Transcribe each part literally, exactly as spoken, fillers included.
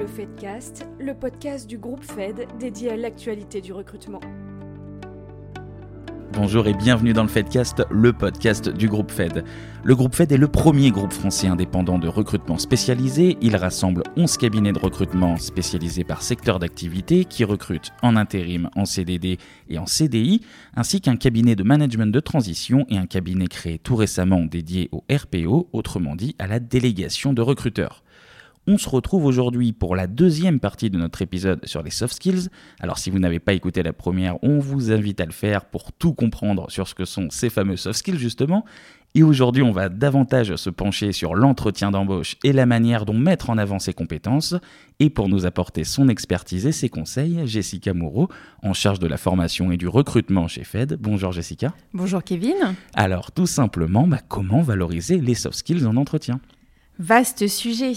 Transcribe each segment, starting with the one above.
Le Fedcast, le podcast du groupe Fed dédié à l'actualité du recrutement. Bonjour et bienvenue dans le Fedcast, le podcast du groupe Fed. Le groupe Fed est le premier groupe français indépendant de recrutement spécialisé. Il rassemble onze cabinets de recrutement spécialisés par secteur d'activité qui recrutent en intérim, en C D D et en C D I, ainsi qu'un cabinet de management de transition et un cabinet créé tout récemment dédié au R P O, autrement dit à la délégation de recruteurs. On se retrouve aujourd'hui pour la deuxième partie de notre épisode sur les soft skills. Alors si vous n'avez pas écouté la première, on vous invite à le faire pour tout comprendre sur ce que sont ces fameux soft skills justement. Et aujourd'hui, on va davantage se pencher sur l'entretien d'embauche et la manière dont mettre en avant ses compétences. Et pour nous apporter son expertise et ses conseils, Jessica Moreau, en charge de la formation et du recrutement chez Fed. Bonjour Jessica. Bonjour Kevin. Alors tout simplement, bah, comment valoriser les soft skills en entretien ? Vaste sujet.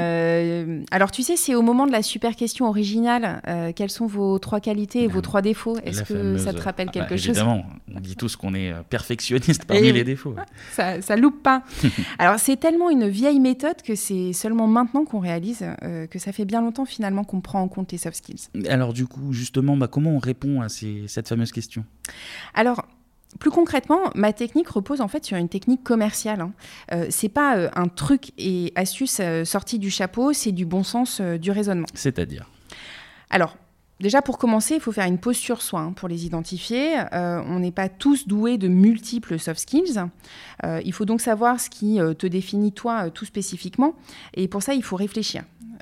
Euh, alors tu sais, c'est au moment de la super question originale. Euh, quelles sont vos trois qualités et vos trois défauts ? Est-ce la que fameuse... ça te rappelle ah quelque bah, chose ? Évidemment, on dit tous qu'on est perfectionniste parmi et les défauts. Ça, ça loupe pas. Alors c'est tellement une vieille méthode que c'est seulement maintenant qu'on réalise euh, que ça fait bien longtemps finalement qu'on prend en compte les soft skills. Alors du coup, justement, bah, comment on répond à ces, cette fameuse question ? Alors, plus concrètement, ma technique repose en fait sur une technique commerciale. Hein. Euh, c'est pas euh, un truc et astuce euh, sorti du chapeau, c'est du bon sens euh, du raisonnement. C'est-à-dire ? Alors, déjà pour commencer, il faut faire une pause sur soi hein, pour les identifier. Euh, on n'est pas tous doués de multiples soft skills. Euh, il faut donc savoir ce qui euh, te définit toi euh, tout spécifiquement. Et pour ça, il faut réfléchir.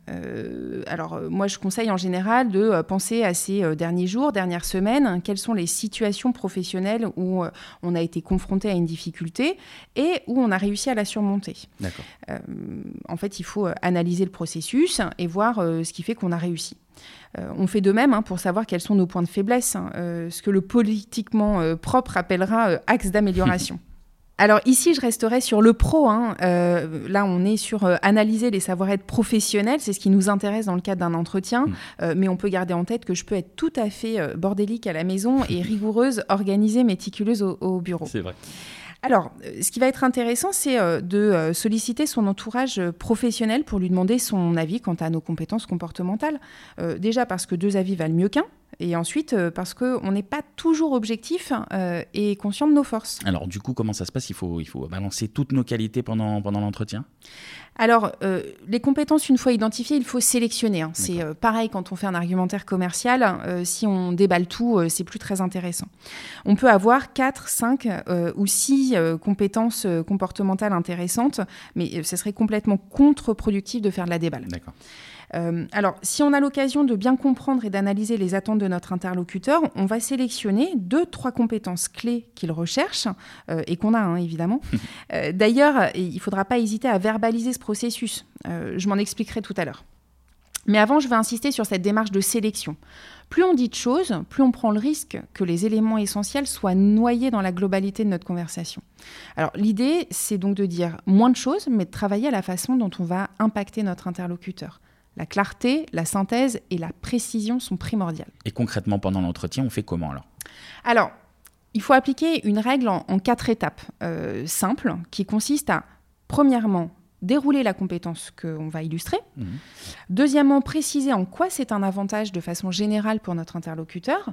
Euh, alors, euh, moi, je conseille en général de euh, penser à ces euh, derniers jours, dernières semaines, hein, quelles sont les situations professionnelles où euh, on a été confronté à une difficulté et où on a réussi à la surmonter. D'accord. Euh, en fait, il faut euh, analyser le processus et voir euh, ce qui fait qu'on a réussi. Euh, on fait de même hein, pour savoir quels sont nos points de faiblesse, hein, euh, ce que le politiquement euh, propre appellera euh, axe d'amélioration. Alors ici, je resterai sur le pro. Hein. Euh, là, on est sur euh, analyser les savoir-être professionnels. C'est ce qui nous intéresse dans le cadre d'un entretien. Mmh. Euh, mais on peut garder en tête que je peux être tout à fait euh, bordélique à la maison et rigoureuse, organisée, méticuleuse au, au bureau. C'est vrai. Alors, ce qui va être intéressant, c'est euh, de euh, solliciter son entourage euh, professionnel pour lui demander son avis quant à nos compétences comportementales. Euh, déjà parce que deux avis valent mieux qu'un. Et ensuite, euh, parce qu'on n'est pas toujours objectif euh, et conscient de nos forces. Alors du coup, comment ça se passe ? Il faut, il faut balancer toutes nos qualités pendant, pendant l'entretien ? Alors, euh, les compétences, une fois identifiées, il faut sélectionner. Hein. C'est euh, pareil quand on fait un argumentaire commercial. Euh, si on déballe tout, euh, c'est plus très intéressant. On peut avoir quatre, cinq euh, ou six euh, compétences euh, comportementales intéressantes, mais euh, ce serait complètement contre-productif de faire de la déballe. D'accord. Euh, alors, si on a l'occasion de bien comprendre et d'analyser les attentes de notre interlocuteur, on va sélectionner deux, trois compétences clés qu'il recherche euh, et qu'on a, hein, évidemment. euh, d'ailleurs, il ne faudra pas hésiter à verbaliser ce processus. Euh, je m'en expliquerai tout à l'heure. Mais avant, je vais insister sur cette démarche de sélection. Plus on dit de choses, plus on prend le risque que les éléments essentiels soient noyés dans la globalité de notre conversation. Alors, l'idée, c'est donc de dire moins de choses, mais de travailler à la façon dont on va impacter notre interlocuteur. La clarté, la synthèse et la précision sont primordiales. Et concrètement, pendant l'entretien, on fait comment alors ? Alors, il faut appliquer une règle en, en quatre étapes euh, simples qui consiste à, premièrement, dérouler la compétence qu'on va illustrer. Mmh. Deuxièmement, préciser en quoi c'est un avantage de façon générale pour notre interlocuteur.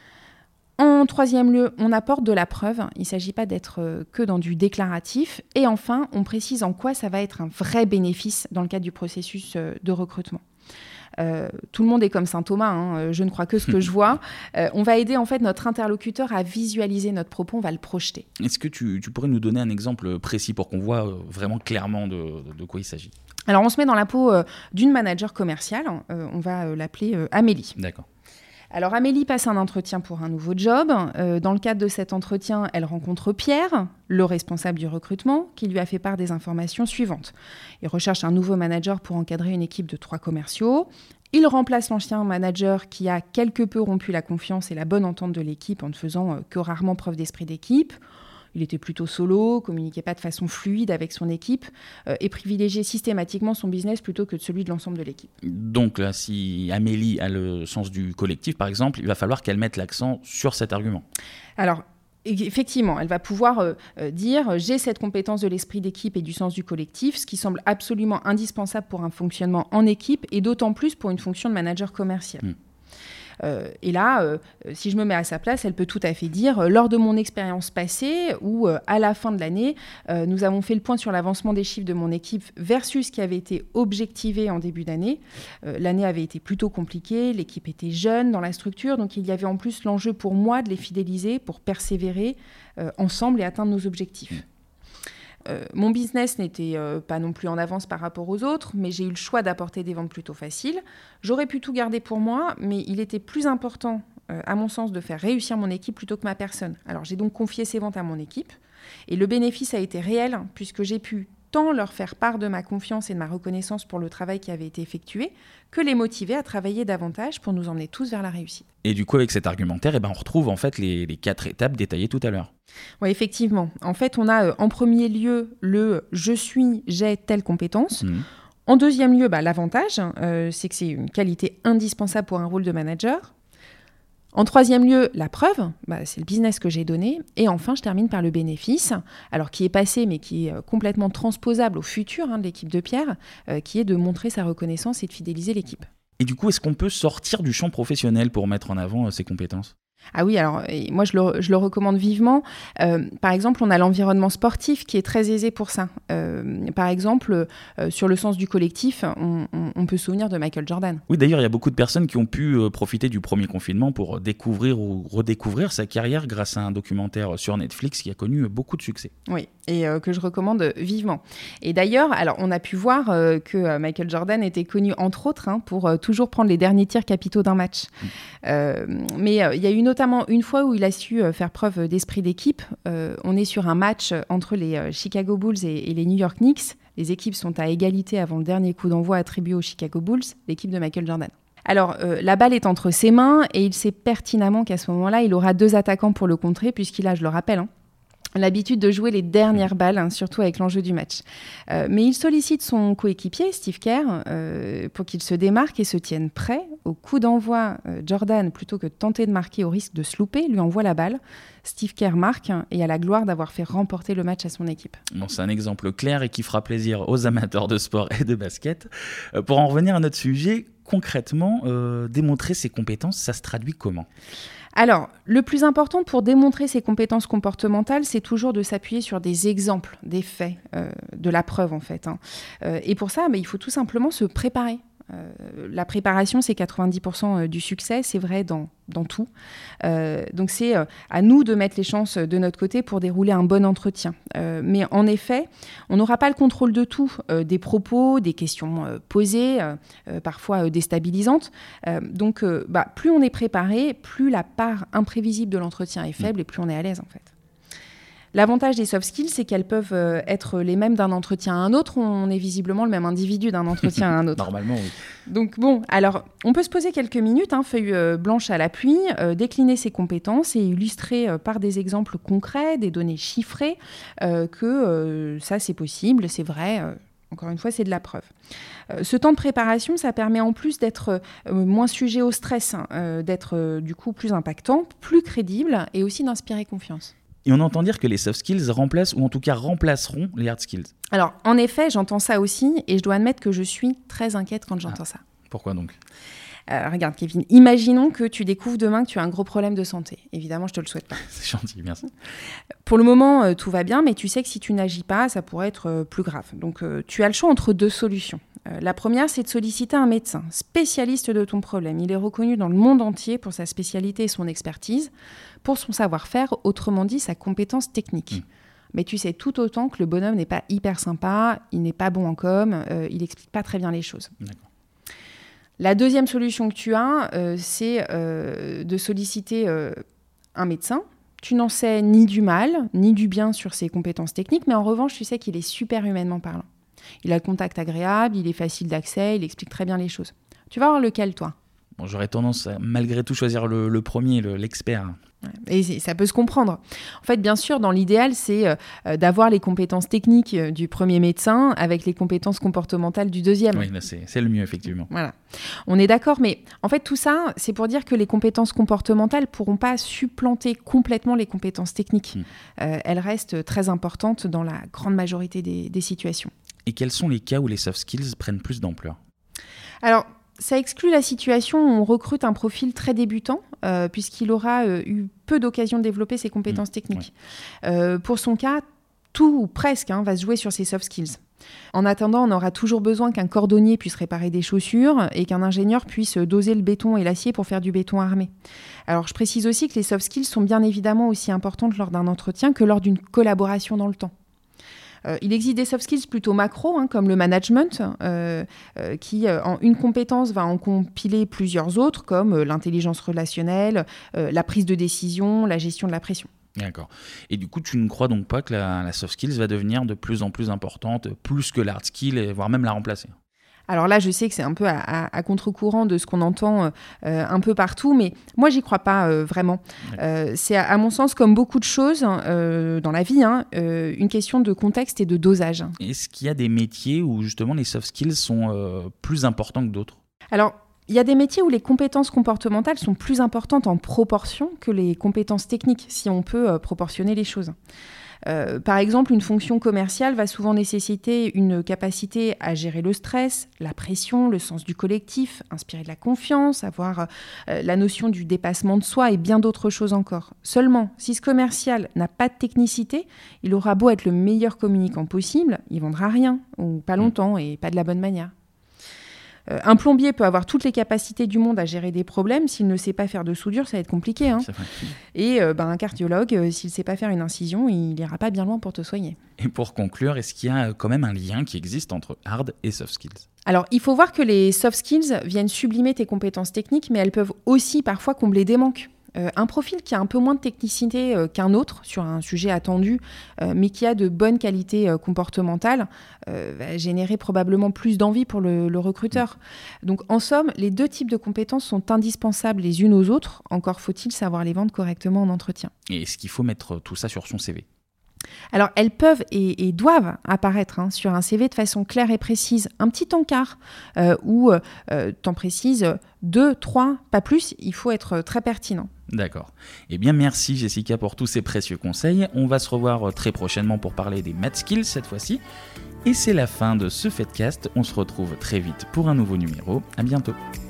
En troisième lieu, on apporte de la preuve. Il ne s'agit pas d'être euh, que dans du déclaratif. Et enfin, on précise en quoi ça va être un vrai bénéfice dans le cadre du processus euh, de recrutement. Euh, tout le monde est comme saint Thomas, hein, je ne crois que ce que je vois. Euh, on va aider en fait notre interlocuteur à visualiser notre propos, on va le projeter. Est-ce que tu, tu pourrais nous donner un exemple précis pour qu'on voit vraiment clairement de, de, de quoi il s'agit ? Alors, on se met dans la peau euh, d'une manager commerciale. Euh, on va euh, l'appeler euh, Amélie. D'accord. Alors, Amélie passe un entretien pour un nouveau job. Euh, dans le cadre de cet entretien, elle rencontre Pierre, le responsable du recrutement, qui lui a fait part des informations suivantes. Il recherche un nouveau manager pour encadrer une équipe de trois commerciaux. Il remplace l'ancien manager qui a quelque peu rompu la confiance et la bonne entente de l'équipe en ne faisant euh, que rarement preuve d'esprit d'équipe. Il était plutôt solo, communiquait pas de façon fluide avec son équipe euh, et privilégiait systématiquement son business plutôt que celui de l'ensemble de l'équipe. Donc là, si Amélie a le sens du collectif, par exemple, il va falloir qu'elle mette l'accent sur cet argument. Alors, Effectivement, elle va pouvoir euh, euh, dire « j'ai cette compétence de l'esprit d'équipe et du sens du collectif », ce qui semble absolument indispensable pour un fonctionnement en équipe et d'autant plus pour une fonction de manager commercial. Mmh. Euh, et là, euh, si je me mets à sa place, elle peut tout à fait dire euh, « lors de mon expérience passée ou euh, à la fin de l'année, euh, nous avons fait le point sur l'avancement des chiffres de mon équipe versus ce qui avait été objectivé en début d'année. Euh, l'année avait été plutôt compliquée, l'équipe était jeune dans la structure, donc il y avait en plus l'enjeu pour moi de les fidéliser pour persévérer euh, ensemble et atteindre nos objectifs. » Euh, mon business n'était euh, pas non plus en avance par rapport aux autres, mais j'ai eu le choix d'apporter des ventes plutôt faciles. J'aurais pu tout garder pour moi, mais il était plus important, euh, à mon sens, de faire réussir mon équipe plutôt que ma personne. Alors j'ai donc confié ces ventes à mon équipe, et le bénéfice a été réel, puisque j'ai pu tant leur faire part de ma confiance et de ma reconnaissance pour le travail qui avait été effectué, que les motiver à travailler davantage pour nous emmener tous vers la réussite. Et du coup, avec cet argumentaire, eh ben, on retrouve en fait les, les quatre étapes détaillées tout à l'heure. Oui, effectivement. En fait, on a euh, en premier lieu le « je suis, j'ai telle compétence mmh. ». En deuxième lieu, bah, l'avantage, euh, c'est que c'est une qualité indispensable pour un rôle de manager. En troisième lieu, la preuve, bah, c'est le business que j'ai donné. Et enfin, je termine par le bénéfice, alors qui est passé, mais qui est complètement transposable au futur hein, de l'équipe de Pierre, euh, qui est de montrer sa reconnaissance et de fidéliser l'équipe. Et du coup, est-ce qu'on peut sortir du champ professionnel pour mettre en avant euh, ses compétences ? Ah oui, alors moi je le, je le recommande vivement. Euh, par exemple, on a l'environnement sportif qui est très aisé pour ça. Euh, par exemple, euh, sur le sens du collectif, on, on, on peut se souvenir de Michael Jordan. Oui, d'ailleurs, il y a beaucoup de personnes qui ont pu euh, profiter du premier confinement pour découvrir ou redécouvrir sa carrière grâce à un documentaire sur Netflix qui a connu beaucoup de succès. Oui, et euh, que je recommande vivement. Et d'ailleurs, alors on a pu voir euh, que euh, Michael Jordan était connu entre autres hein, pour euh, toujours prendre les derniers tirs capitaux d'un match. Mmh. Euh, mais il euh, y a une notamment une fois où il a su euh, faire preuve d'esprit d'équipe. Euh, on est sur un match entre les euh, Chicago Bulls et, et les New York Knicks. Les équipes sont à égalité avant le dernier coup d'envoi attribué aux Chicago Bulls, l'équipe de Michael Jordan. Alors, euh, la balle est entre ses mains et il sait pertinemment qu'à ce moment-là, il aura deux attaquants pour le contrer, puisqu'il a, je le rappelle, hein, l'habitude de jouer les dernières balles, hein, surtout avec l'enjeu du match. Euh, mais il sollicite son coéquipier, Steve Kerr, euh, pour qu'il se démarque et se tienne prêt. Au coup d'envoi, euh, Jordan, plutôt que de tenter de marquer au risque de se louper, lui envoie la balle. Steve Kerr marque hein, et a la gloire d'avoir fait remporter le match à son équipe. Bon, c'est un exemple clair et qui fera plaisir aux amateurs de sport et de basket. Euh, pour en revenir à notre sujet, concrètement, euh, démontrer ses compétences, ça se traduit comment ? Alors, le plus important pour démontrer ses compétences comportementales, c'est toujours de s'appuyer sur des exemples, des faits, euh, de la preuve en fait. Hein. Euh, et pour ça, bah, il faut tout simplement se préparer. Euh, la préparation, c'est quatre-vingt-dix pour cent du succès, c'est vrai dans, dans tout. Euh, donc c'est euh, à nous de mettre les chances de notre côté pour dérouler un bon entretien. Euh, mais en effet, on n'aura pas le contrôle de tout, euh, des propos, des questions euh, posées, euh, euh, parfois euh, déstabilisantes. Euh, donc euh, bah, plus on est préparé, plus la part imprévisible de l'entretien est faible et plus on est à l'aise en fait. L'avantage des soft skills, c'est qu'elles peuvent euh, être les mêmes d'un entretien à un autre. On est visiblement le même individu d'un entretien à un autre. Normalement, oui. Donc bon, alors, on peut se poser quelques minutes, hein, feuille euh, blanche à l'appui, euh, décliner ses compétences et illustrer euh, par des exemples concrets, des données chiffrées, euh, que euh, ça, c'est possible, c'est vrai. Euh, Encore une fois, c'est de la preuve. Euh, ce temps de préparation, ça permet en plus d'être euh, moins sujet au stress, hein, euh, d'être euh, du coup plus impactant, plus crédible et aussi d'inspirer confiance. Et on entend dire que les soft skills remplacent, ou en tout cas remplaceront, les hard skills. Alors, en effet, j'entends ça aussi, et je dois admettre que je suis très inquiète quand j'entends ah, ça. Pourquoi donc ? Euh, regarde, Kevin, imaginons que tu découvres demain que tu as un gros problème de santé. Évidemment, je te le souhaite pas. C'est gentil, merci. Pour le moment, euh, tout va bien, mais tu sais que si tu n'agis pas, ça pourrait être euh, plus grave. Donc, euh, tu as le choix entre deux solutions. Euh, la première, c'est de solliciter un médecin, spécialiste de ton problème. Il est reconnu dans le monde entier pour sa spécialité et son expertise, pour son savoir-faire, autrement dit, sa compétence technique. Mmh. Mais tu sais tout autant que le bonhomme n'est pas hyper sympa, il n'est pas bon en com, euh, il n'explique pas très bien les choses. D'accord. La deuxième solution que tu as, euh, c'est euh, de solliciter euh, un médecin. Tu n'en sais ni du mal, ni du bien sur ses compétences techniques, mais en revanche, tu sais qu'il est super humainement parlant. Il a le contact agréable, il est facile d'accès, il explique très bien les choses. Tu vas voir lequel, toi ? Bon, j'aurais tendance à malgré tout choisir le, le premier, le, l'expert. Et ça peut se comprendre. En fait, bien sûr, dans l'idéal, c'est euh, d'avoir les compétences techniques du premier médecin avec les compétences comportementales du deuxième. Oui, là, c'est, c'est le mieux, effectivement. Voilà. On est d'accord, mais en fait, tout ça, c'est pour dire que les compétences comportementales ne pourront pas supplanter complètement les compétences techniques. Mmh. Euh, elles restent très importantes dans la grande majorité des, des situations. Et quels sont les cas où les soft skills prennent plus d'ampleur ? Alors, ça exclut la situation où on recrute un profil très débutant, euh, puisqu'il aura euh, eu peu d'occasion de développer ses compétences mmh, techniques. Ouais. Euh, pour son cas, tout ou presque hein, va se jouer sur ses soft skills. En attendant, on aura toujours besoin qu'un cordonnier puisse réparer des chaussures et qu'un ingénieur puisse doser le béton et l'acier pour faire du béton armé. Alors, je précise aussi que les soft skills sont bien évidemment aussi importantes lors d'un entretien que lors d'une collaboration dans le temps. Euh, il existe des soft skills plutôt macro, hein, comme le management, euh, euh, qui, euh, en une compétence, va en compiler plusieurs autres, comme euh, l'intelligence relationnelle, euh, la prise de décision, la gestion de la pression. D'accord. Et du coup, tu ne crois donc pas que la, la soft skills va devenir de plus en plus importante, plus que l'hard skill, et voire même la remplacer ? Alors là, je sais que c'est un peu à, à, à contre-courant de ce qu'on entend euh, un peu partout, mais moi, j'y crois pas euh, vraiment. Euh, c'est, à, à mon sens, comme beaucoup de choses euh, dans la vie, hein, euh, une question de contexte et de dosage. Est-ce qu'il y a des métiers où, justement, les soft skills sont euh, plus importants que d'autres ? Alors, il y a des métiers où les compétences comportementales sont plus importantes en proportion que les compétences techniques, si on peut euh, proportionner les choses. Euh, par exemple, une fonction commerciale va souvent nécessiter une capacité à gérer le stress, la pression, le sens du collectif, inspirer de la confiance, avoir euh, la notion du dépassement de soi et bien d'autres choses encore. Seulement, si ce commercial n'a pas de technicité, il aura beau être le meilleur communicant possible, il vendra rien, ou pas longtemps et pas de la bonne manière. Euh, un plombier peut avoir toutes les capacités du monde à gérer des problèmes. S'il ne sait pas faire de soudure, ça va être compliqué. Hein. Et euh, ben, un cardiologue, euh, s'il ne sait pas faire une incision, il n'ira pas bien loin pour te soigner. Et pour conclure, est-ce qu'il y a quand même un lien qui existe entre hard et soft skills ? Alors, il faut voir que les soft skills viennent sublimer tes compétences techniques, mais elles peuvent aussi parfois combler des manques. Euh, un profil qui a un peu moins de technicité euh, qu'un autre sur un sujet attendu, euh, mais qui a de bonnes qualités euh, comportementales, euh, va générer probablement plus d'envie pour le, le recruteur. Donc, en somme, les deux types de compétences sont indispensables les unes aux autres. Encore faut-il savoir les vendre correctement en entretien. Et est-ce qu'il faut mettre tout ça sur son C V ? Alors, elles peuvent et, et doivent apparaître hein, sur un C V de façon claire et précise. Un petit encart euh, où euh, t'en précises deux, trois, pas plus. Il faut être très pertinent. D'accord. Eh bien, merci Jessica pour tous ces précieux conseils. On va se revoir très prochainement pour parler des math skills cette fois-ci. Et c'est la fin de ce Fedcast. On se retrouve très vite pour un nouveau numéro. À bientôt.